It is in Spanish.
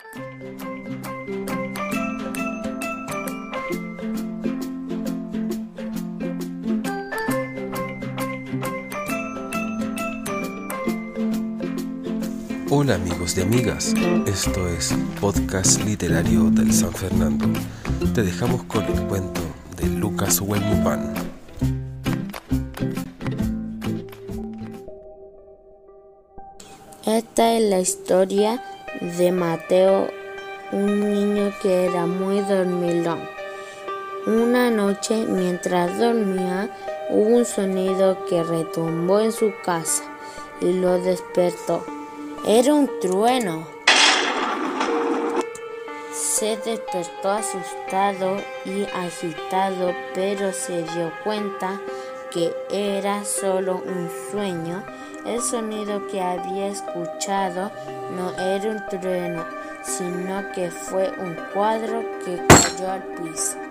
Hola amigos y amigas, esto es Podcast Literario del San Fernando. Te dejamos con el cuento de Lucas Huelmupan. Esta es la historia de Mateo, un niño que era muy dormilón. Una noche, mientras dormía, hubo un sonido que retumbó en su casa y lo despertó. Era un trueno. Se despertó asustado y agitado, pero se dio cuenta que era solo un sueño. El sonido que había escuchado no era un trueno, sino que fue un cuadro que cayó al piso.